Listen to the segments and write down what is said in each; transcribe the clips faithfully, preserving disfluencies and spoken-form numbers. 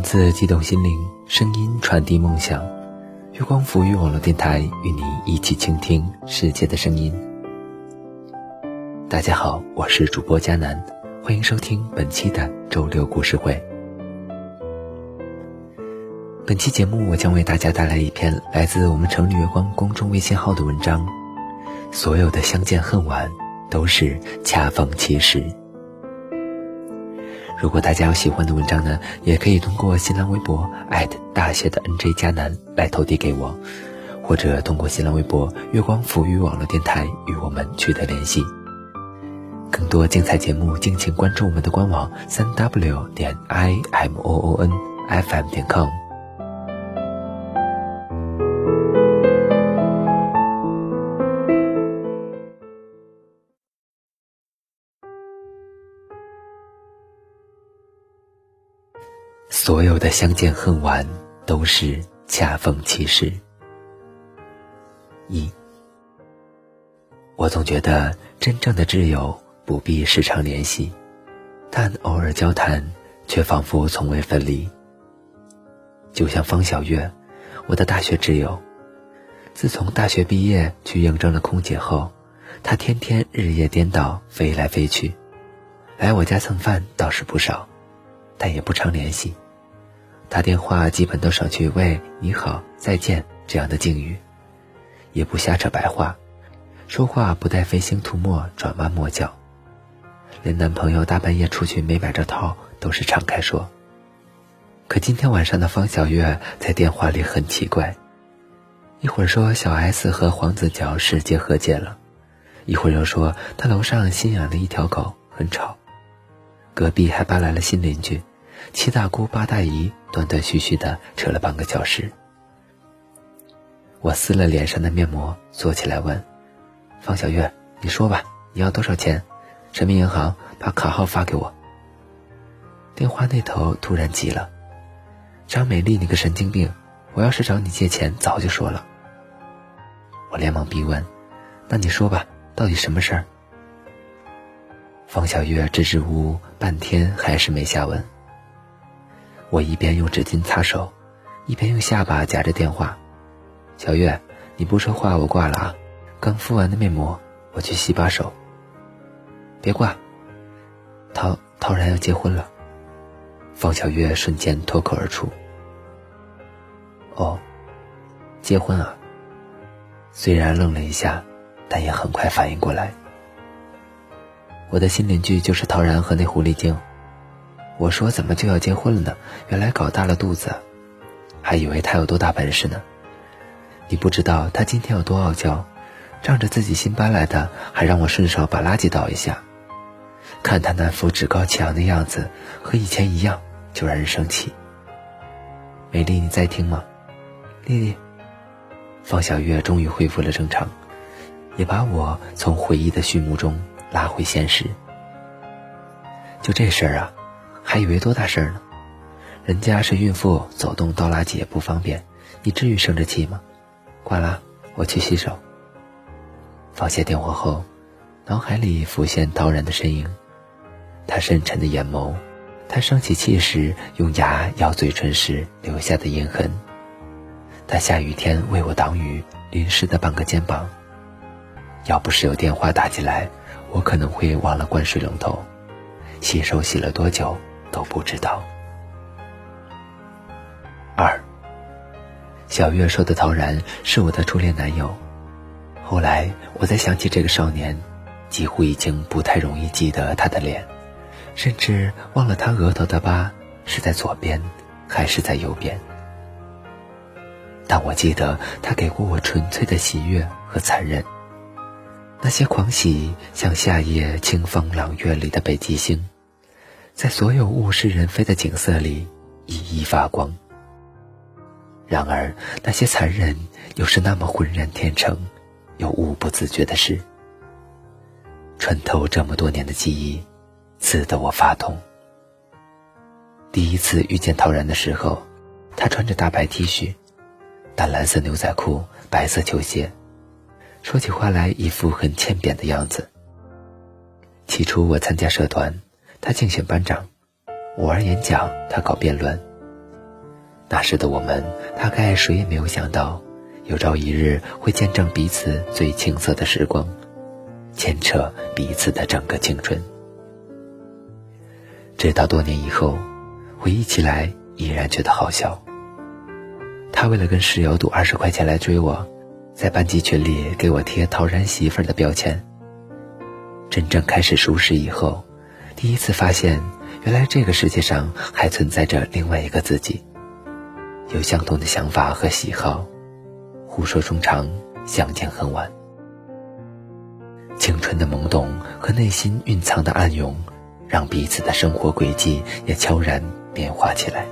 字激动心灵，声音传递梦想。月光浮语网络电台与你一起倾听世界的声音。大家好，我是主播佳南，欢迎收听本期的周六故事会。本期节目我将为大家带来一篇来自我们城里月光公众微信号的文章，所有的相见恨晚都是恰逢其时。如果大家有喜欢的文章呢，也可以通过新浪微博大写的 N J 佳南来投递给我，或者通过新浪微博月光浮语网络电台与我们取得联系。更多精彩节目敬请关注我们的官网 三 w 点 i m o o n f m 点 com。所有的相见恨晚都是恰逢其时。一，我总觉得真正的挚友不必时常联系，但偶尔交谈却仿佛从未分离。就像方小月，我的大学挚友，自从大学毕业去应征了空姐后，她天天日夜颠倒飞来飞去，来我家蹭饭倒是不少，但也不常联系。打电话基本都省去喂你好再见这样的敬语，也不瞎扯白话，说话不带飞星涂抹转弯抹角，连男朋友大半夜出去没买着套都是敞开说。可今天晚上的方小月在电话里很奇怪，一会儿说小 S 和黄子佼世界和解了，一会儿又说他楼上新养了一条狗很吵，隔壁还搬来了新邻居，七大姑八大姨断断续续地扯了半个小时。我撕了脸上的面膜，坐起来问方小月，你说吧，你要多少钱？人民银行把卡号发给我。电话那头突然急了，张美丽你个神经病，我要是找你借钱早就说了。我连忙逼问，那你说吧，到底什么事儿？方小月支支吾吾半天还是没下文。我一边用纸巾擦手，一边用下巴夹着电话。小月，你不说话我挂了啊，刚敷完的面膜，我去洗把手。别挂，陶陶然要结婚了。方小月瞬间脱口而出。哦，结婚啊。虽然愣了一下，但也很快反应过来。我的新邻居就是陶然和那狐狸精。我说怎么就要结婚了呢？原来搞大了肚子，还以为他有多大本事呢。你不知道他今天有多傲娇，仗着自己新搬来的，还让我顺手把垃圾倒一下。看他那副趾高气扬的样子，和以前一样，就让人生气。美丽，你在听吗？丽丽。方小月终于恢复了正常，也把我从回忆的序幕中拉回现实。就这事儿啊，还以为多大事儿呢？人家是孕妇，走动倒垃圾也不方便，你至于生着气吗？挂了，我去洗手。放下电话后，脑海里浮现陶然的身影，他深沉的眼眸，他生起气时用牙咬嘴唇时留下的印痕，他下雨天为我挡雨淋湿的半个肩膀。要不是有电话打进来，我可能会忘了关水龙头，洗手洗了多久都不知道。二，小月说的陶然是我的初恋男友。后来我再想起这个少年，几乎已经不太容易记得他的脸，甚至忘了他额头的疤是在左边还是在右边。但我记得他给过我纯粹的喜悦和残忍，那些狂喜像夏夜清风朗月里的北极星，在所有物是人非的景色里熠熠发光。然而那些残忍又是那么浑然天成又无不自觉的事，穿透这么多年的记忆，刺得我发痛。第一次遇见陶然的时候，他穿着大白 T 恤，淡蓝色牛仔裤，白色球鞋，说起话来一副很欠扁的样子。起初我参加社团，他竞选班长；我玩演讲，他搞辩论； 那时的我们，大概谁也没有想到，有朝一日会见证彼此最青涩的时光，牵扯彼此的整个青春。直到多年以后，回忆起来依然觉得好笑。他为了跟室友赌二十块钱来追我，在班级群里给我贴陶然媳妇儿的标签。真正开始熟识以后，第一次发现原来这个世界上还存在着另外一个自己，有相同的想法和喜好，互说衷肠，相见恨晚。青春的懵懂和内心蕴藏的暗涌，让彼此的生活轨迹也悄然变化起来。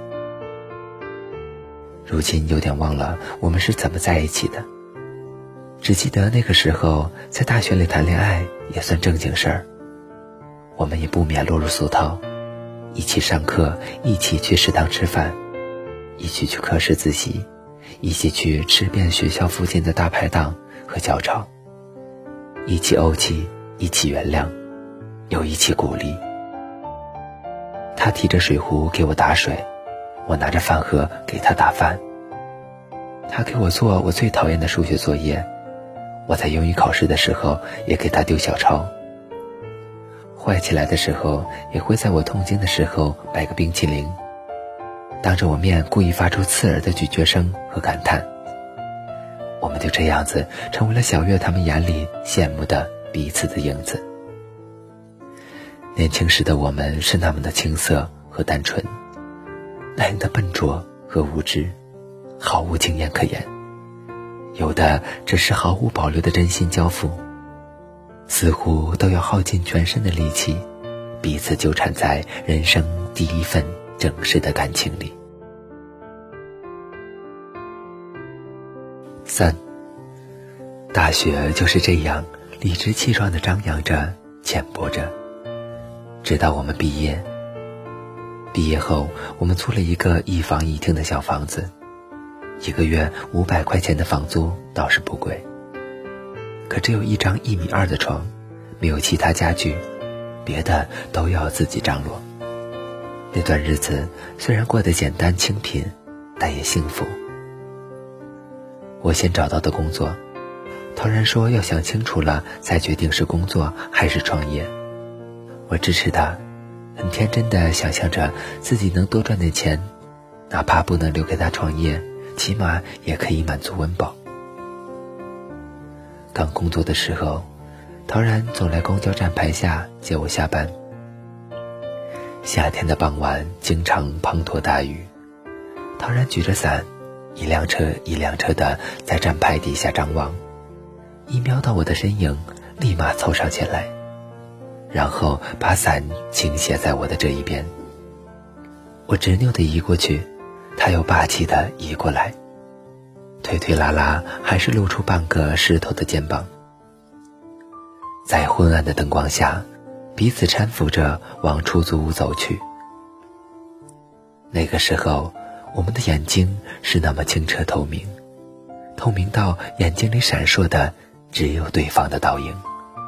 如今有点忘了我们是怎么在一起的，只记得那个时候在大学里谈恋爱也算正经事儿，我们也不免落入俗套，一起上课，一起去食堂吃饭，一起去课室自习，一起去吃遍学校附近的大排档和教场，一起怄气，一起原谅，又一起鼓励。他提着水壶给我打水，我拿着饭盒给他打饭。他给我做我最讨厌的数学作业，我在英语考试的时候也给他丢小抄。坏起来的时候也会在我痛经的时候买个冰淇淋，当着我面故意发出刺耳的咀嚼声和感叹。我们就这样子成为了小月他们眼里羡慕的彼此的影子。年轻时的我们是那么的青涩和单纯，那样的笨拙和无知，毫无经验可言，有的只是毫无保留的真心交付，似乎都要耗尽全身的力气，彼此纠缠在人生第一份正式的感情里。三，大学就是这样理直气壮地张扬着，浅薄着，直到我们毕业。毕业后，我们租了一个一房一厅的小房子，一个月五百块钱的房租倒是不贵，可只有一张一米二的床，没有其他家具，别的都要自己张罗。那段日子虽然过得简单清贫，但也幸福。我先找到的工作，陶然说要想清楚了再决定是工作还是创业。我支持他，很天真地想象着自己能多赚点钱，哪怕不能留给他创业，起码也可以满足温饱。刚工作的时候，陶然总来公交站牌下接我下班。夏天的傍晚经常滂沱大雨，陶然举着伞，一辆车一辆车的在站牌底下张望，一瞄到我的身影，立马凑上前来，然后把伞倾斜在我的这一边。我执拗地移过去，他又霸气地移过来，推推拉拉还是露出半个湿透的肩膀。在昏暗的灯光下，彼此搀扶着往出租屋走去。那个时候，我们的眼睛是那么清澈透明，透明到眼睛里闪烁的只有对方的倒影。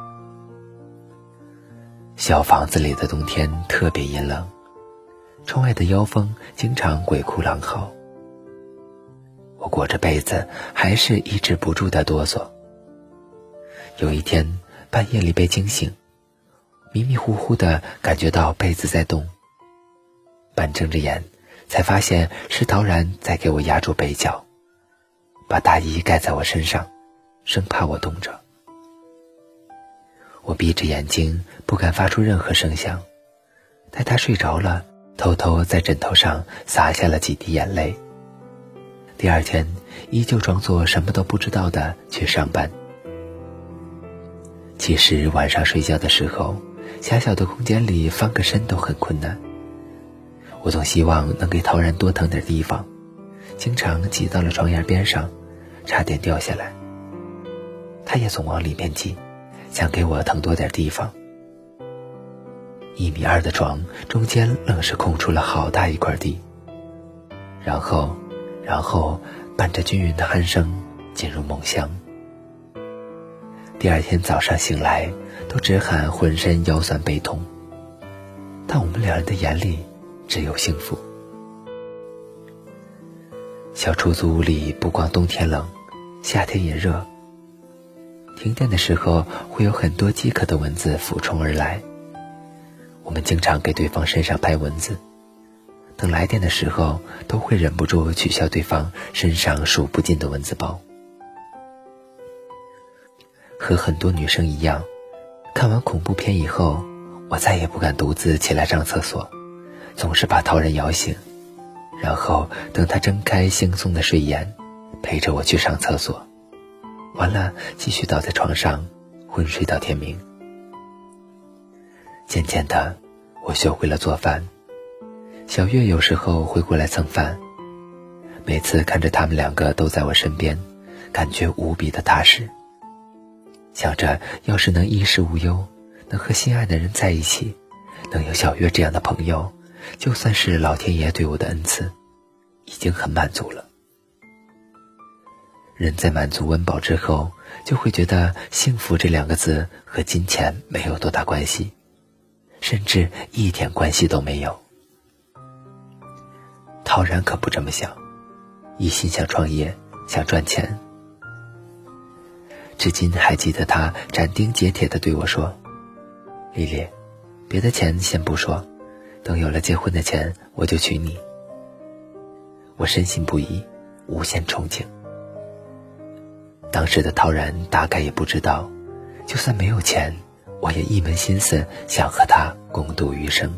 小房子里的冬天特别阴冷，窗外的妖风经常鬼哭狼嚎。我裹着被子还是抑制不住的哆嗦。有一天半夜里被惊醒，迷迷糊糊的感觉到被子在动，半睁着眼才发现是陶然在给我压住被角，把大衣盖在我身上，生怕我冻着。我闭着眼睛不敢发出任何声响，待他睡着了，偷偷在枕头上洒下了几滴眼泪。第二天依旧装作什么都不知道的去上班。其实晚上睡觉的时候，狭小的空间里翻个身都很困难，我总希望能给陶然多腾点地方，经常挤到了床沿边上，差点掉下来。他也总往里面挤，想给我腾多点地方。一米二的床中间愣是空出了好大一块地，然后然后伴着均匀的鼾声进入梦乡。第二天早上醒来，都只喊浑身腰酸背痛，但我们两人的眼里只有幸福。 小出租屋里不光冬天冷，夏天也热。停电的时候会有很多饥渴的蚊子俯冲而来，我们经常给对方身上拍蚊子，等来电的时候都会忍不住取笑对方身上数不尽的蚊子包。和很多女生一样，看完恐怖片以后，我再也不敢独自起来上厕所，总是把陶然摇醒，然后等他睁开惺忪的睡眼，陪着我去上厕所，完了继续倒在床上昏睡到天明。渐渐的，我学会了做饭，小月有时候会过来蹭饭，每次看着他们两个都在我身边，感觉无比的踏实，想着要是能衣食无忧，能和心爱的人在一起，能有小月这样的朋友，就算是老天爷对我的恩赐，已经很满足了。人在满足温饱之后，就会觉得幸福这两个字和金钱没有多大关系，甚至一点关系都没有。陶然可不这么想，一心想创业，想赚钱。至今还记得他斩钉截铁地对我说，丽丽，别的钱先不说，等有了结婚的钱我就娶你。我深信不疑，无限憧憬。当时的陶然大概也不知道，就算没有钱，我也一门心思想和他共度余生。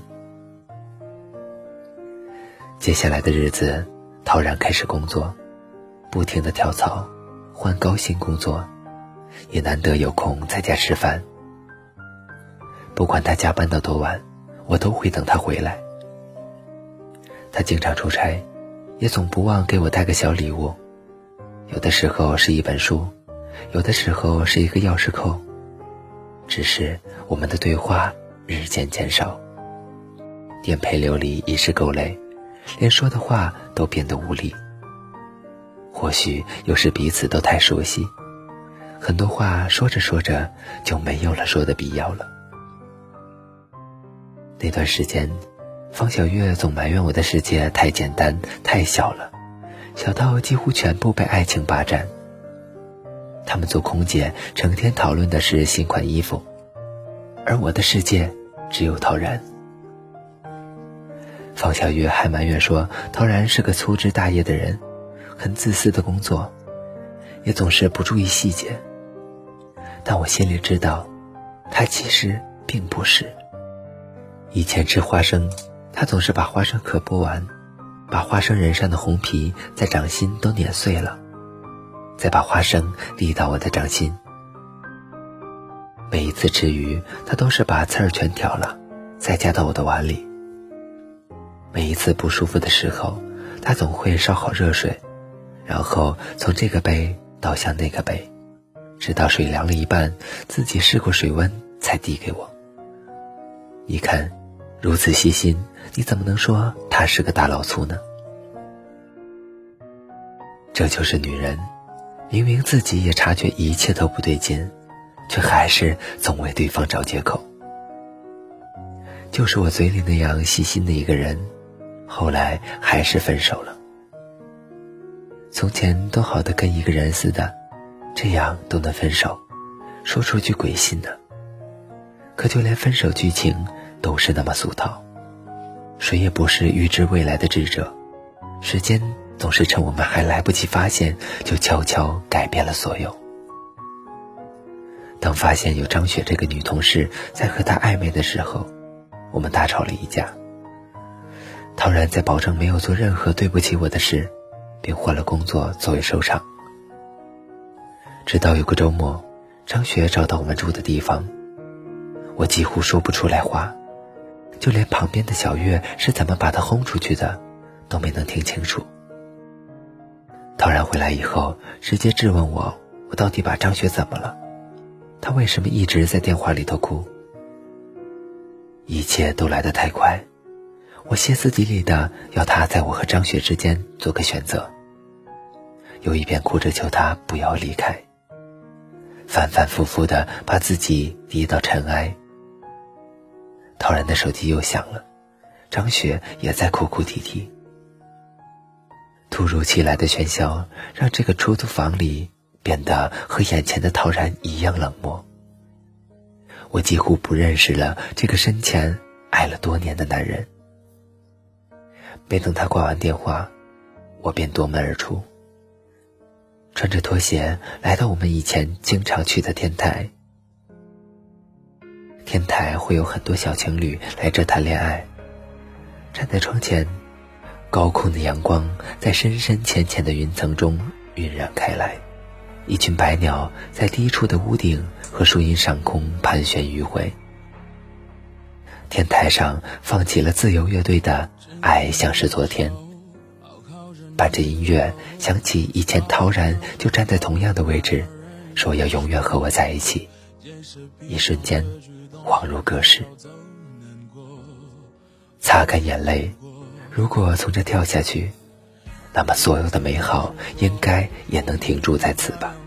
接下来的日子，陶然开始工作，不停地跳槽，换高薪工作，也难得有空在家吃饭。不管他加班到多晚，我都会等他回来。他经常出差，也总不忘给我带个小礼物，有的时候是一本书，有的时候是一个钥匙扣。只是我们的对话日渐减少，颠沛流离已是够累，连说的话都变得无力。或许有时彼此都太熟悉，很多话说着说着就没有了说的必要了。那段时间，方小月总埋怨我的世界太简单太小了，小到几乎全部被爱情霸占。他们做空姐成天讨论的是新款衣服，而我的世界只有陶然。方小月还埋怨说陶然是个粗枝大叶的人，很自私的工作，也总是不注意细节。但我心里知道，他其实并不是。以前吃花生，他总是把花生壳剥完，把花生仁上的红皮在掌心都碾碎了，再把花生递到我的掌心。每一次吃鱼，他都是把刺儿全挑了，再加到我的碗里。每一次不舒服的时候，他总会烧好热水，然后从这个杯倒向那个杯，直到水凉了一半，自己试过水温才递给我。一看如此细心，你怎么能说他是个大老粗呢？这就是女人，明明自己也察觉一切都不对劲，却还是总为对方找借口。就是我嘴里那样细心的一个人，后来还是分手了。从前都好的跟一个人似的，这样都能分手，说出句鬼信的。可就连分手剧情都是那么俗套，谁也不是预知未来的智者，时间总是趁我们还来不及发现，就悄悄改变了所有。当发现有张雪这个女同事在和他暧昧的时候，我们大吵了一架。陶然在保证没有做任何对不起我的事，并换了工作作为收场。直到有个周末，张雪找到我们住的地方，我几乎说不出来话，就连旁边的小月是怎么把她轰出去的都没能听清楚。陶然回来以后直接质问我，我到底把张雪怎么了，她为什么一直在电话里头哭。一切都来得太快，我歇斯底里的要她在我和张雪之间做个选择，又一边哭着求她不要离开，反反复复的把自己逼到尘埃。陶然的手机又响了，张雪也在哭哭啼啼。 突如其来的喧嚣让这个出租房里变得和眼前的陶然一样冷漠。我几乎不认识了这个生前爱了多年的男人。没等他挂完电话，我便夺门而出，穿着拖鞋来到我们以前经常去的天台。天台会有很多小情侣来这谈恋爱。站在窗前，高空的阳光在深深浅浅的云层中晕染开来，一群白鸟在低处的屋顶和树荫上空盘旋迂回。天台上放起了自由乐队的《爱像是昨天》，伴着音乐想起以前陶然就站在同样的位置，说要永远和我在一起。一瞬间恍如隔世。擦干眼泪，如果从这跳下去，那么所有的美好应该也能停驻在此吧。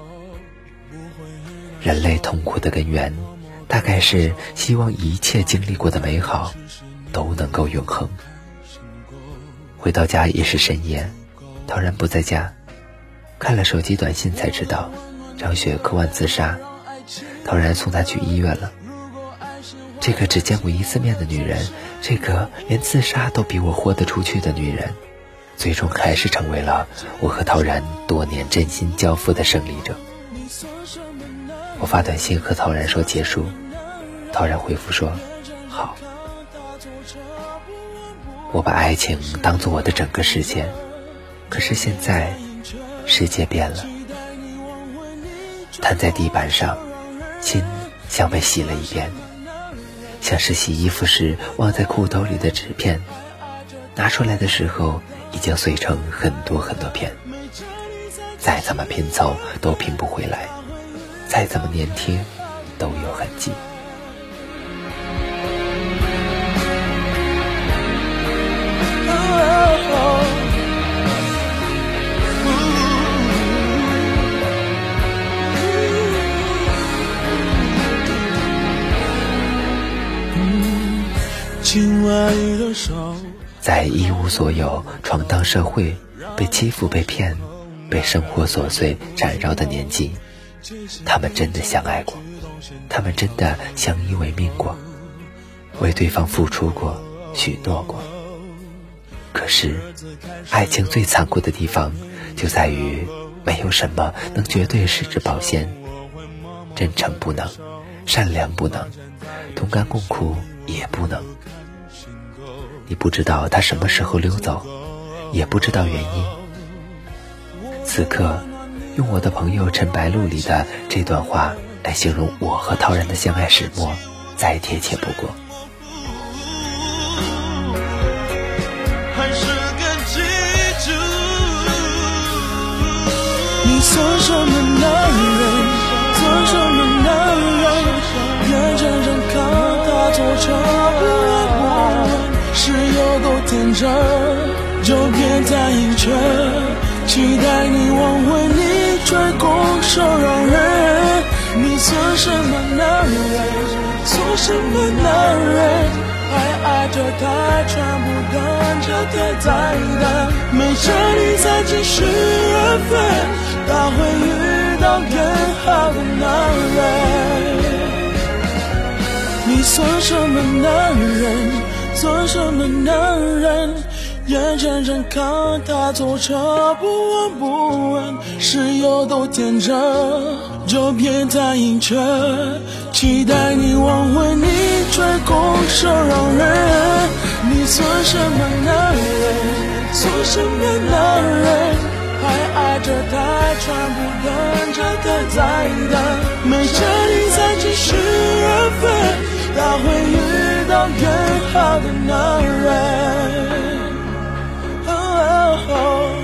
人类痛苦的根源大概是希望一切经历过的美好都能够永恒。回到家已是深夜，陶然不在家，看了手机短信才知道张雪割腕自杀，陶然送她去医院了。这个只见过一次面的女人，这个连自杀都比我豁得出去的女人，最终还是成为了我和陶然多年真心交付的胜利者。我发短信和陶然说结束，陶然回复说好。我把爱情当作我的整个世界，可是现在世界变了。瘫在地板上，心像被洗了一遍，像是洗衣服时忘在裤兜里的纸片，拿出来的时候已经碎成很多很多片，再怎么拼凑都拼不回来，再怎么粘贴都有痕迹。在一无所有、闯荡社会、被欺负、被骗、被生活琐碎缠绕的年纪，他们真的相爱过，他们真的相依为命过，为对方付出过、许诺过。可是爱情最残酷的地方就在于没有什么能绝对失之保鲜，真诚不能，善良不能，同甘共苦也不能。你不知道他什么时候溜走，也不知道原因。此刻用我的朋友陈白露里的这段话来形容我和陶然的相爱始末，再贴切不过。 还是个记住，你算什么男人，算什么男人，眼睁睁看他走成不闻不问，是有多天真，就别太阴沉，期待你挽回你却拱手让人。你算什么男人，算什么男人，还爱着他，全部跟着他在等，没着你再继续缘分，他会遇到更好的男人。你算什么男人，算什么男人，眼睁睁看他走着不闻不问，是有多天真，就别太阴沉，期待你挽回你却拱手让人。你算什么男人，算什么男人，还爱着他，全部跟着他在等，没着你再继续缘分，他会遇到更好的男人。Oh, oh, oh.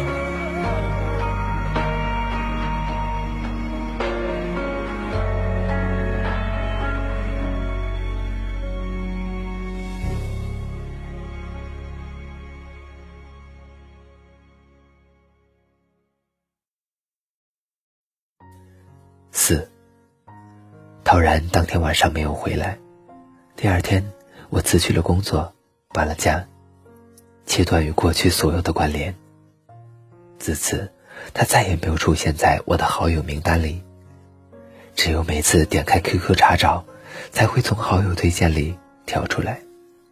四，陶然当天晚上没有回来。第二天，我辞去了工作，搬了家，切断与过去所有的关联。 自此他再也没有出现在我的好友名单里，只有每次点开 Q Q 查找，才会从好友推荐里跳出来。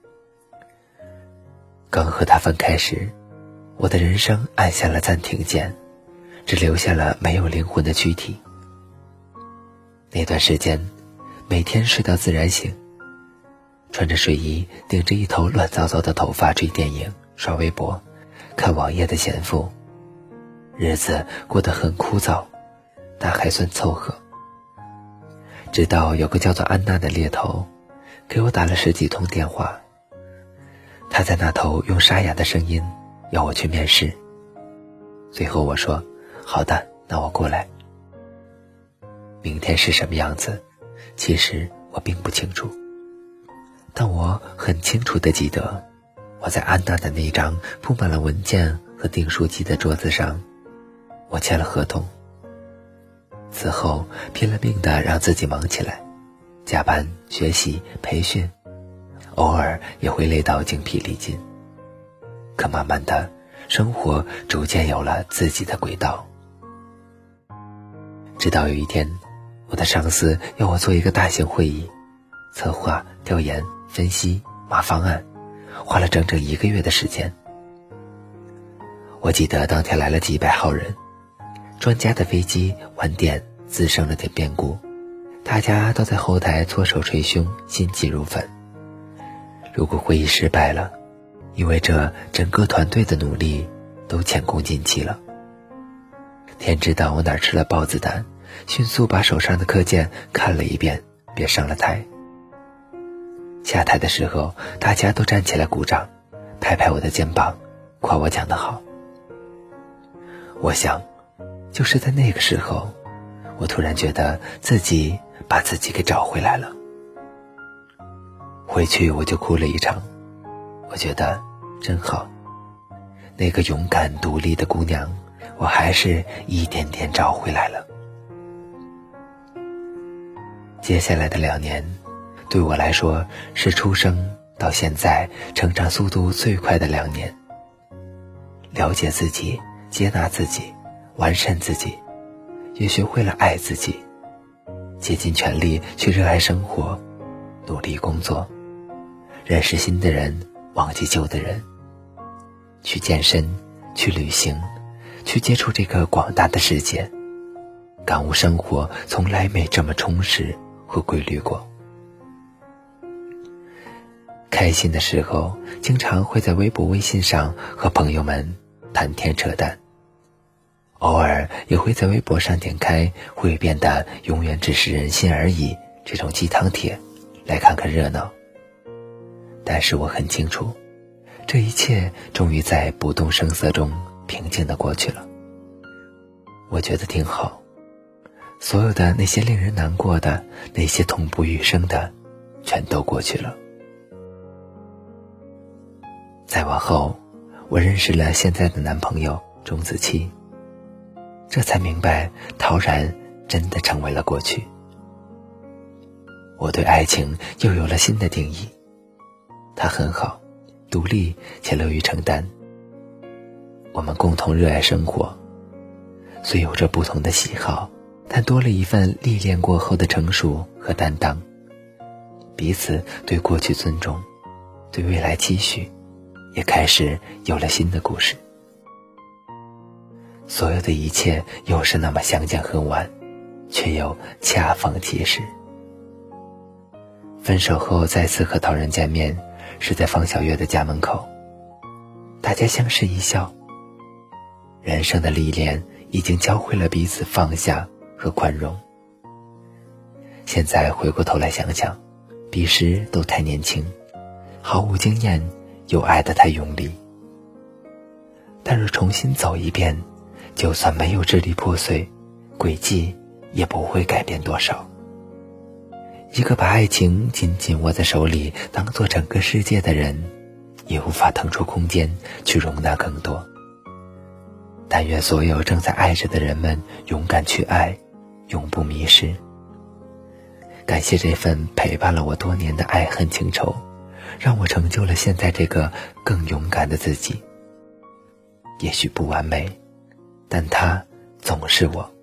刚和他分开时，我的人生按下了暂停键，只留下了没有灵魂的躯体。那段时间，每天睡到自然醒，穿着睡衣，顶着一头乱糟糟的头发追电影、刷微博、看网页的闲赋，日子过得很枯燥，但还算凑合。直到有个叫做安娜的猎头给我打了十几通电话，他在那头用沙哑的声音要我去面试。最后我说好的，那我过来。明天是什么样子，其实我并不清楚，但我很清楚地记得，我在安娜的那张铺满了文件和订书机的桌子上，我签了合同。此后拼了命地让自己忙起来，加班、学习、培训，偶尔也会累到精疲力尽。可慢慢的，生活逐渐有了自己的轨道。直到有一天，我的上司要我做一个大型会议，策划、调研、分析、码方案，花了整整一个月的时间。我记得当天来了几百号人，专家的飞机晚点滋生了点变故，大家都在后台搓手捶胸，心急如焚。如果会议失败了，意味着整个团队的努力都前功尽弃了。天知道我哪吃了豹子胆，迅速把手上的课件看了一遍，便上了台。下台的时候，大家都站起来鼓掌，拍拍我的肩膀，夸我讲得好。我想，就是在那个时候，我突然觉得自己把自己给找回来了。回去我就哭了一场，我觉得真好，那个勇敢独立的姑娘，我还是一点点找回来了。接下来的两年，对我来说是出生到现在成长速度最快的两年。了解自己，接纳自己，完善自己，也学会了爱自己，竭尽全力去热爱生活，努力工作，认识新的人，忘记旧的人，去健身，去旅行，去接触这个广大的世界，感悟生活从来没这么充实和规律过。开心的时候，经常会在微博、微信上和朋友们谈天扯淡，偶尔也会在微博上点开会变得永远只是人心而已这种鸡汤帖来看看热闹。但是我很清楚，这一切终于在不动声色中平静地过去了。我觉得挺好，所有的那些令人难过的，那些痛不欲生的，全都过去了。再往后，我认识了现在的男朋友钟子期，这才明白陶然真的成为了过去。我对爱情又有了新的定义，他很好，独立且乐于承担。我们共同热爱生活，虽有着不同的喜好，但多了一份历练过后的成熟和担当。彼此对过去尊重，对未来期许，也开始有了新的故事。所有的一切又是那么相见恨晚，却又恰逢其时。分手后再次和陶然见面，是在方小月的家门口，大家相视一笑。人生的历练已经教会了彼此放下和宽容。现在回过头来想想，彼时都太年轻，毫无经验，又爱得太用力。但若重新走一遍，就算没有支离破碎，轨迹也不会改变多少。一个把爱情紧紧握在手里当做整个世界的人，也无法腾出空间去容纳更多。但愿所有正在爱着的人们勇敢去爱，永不迷失。感谢这份陪伴了我多年的爱恨情仇，让我成就了现在这个更勇敢的自己。也许不完美， 但他总是我。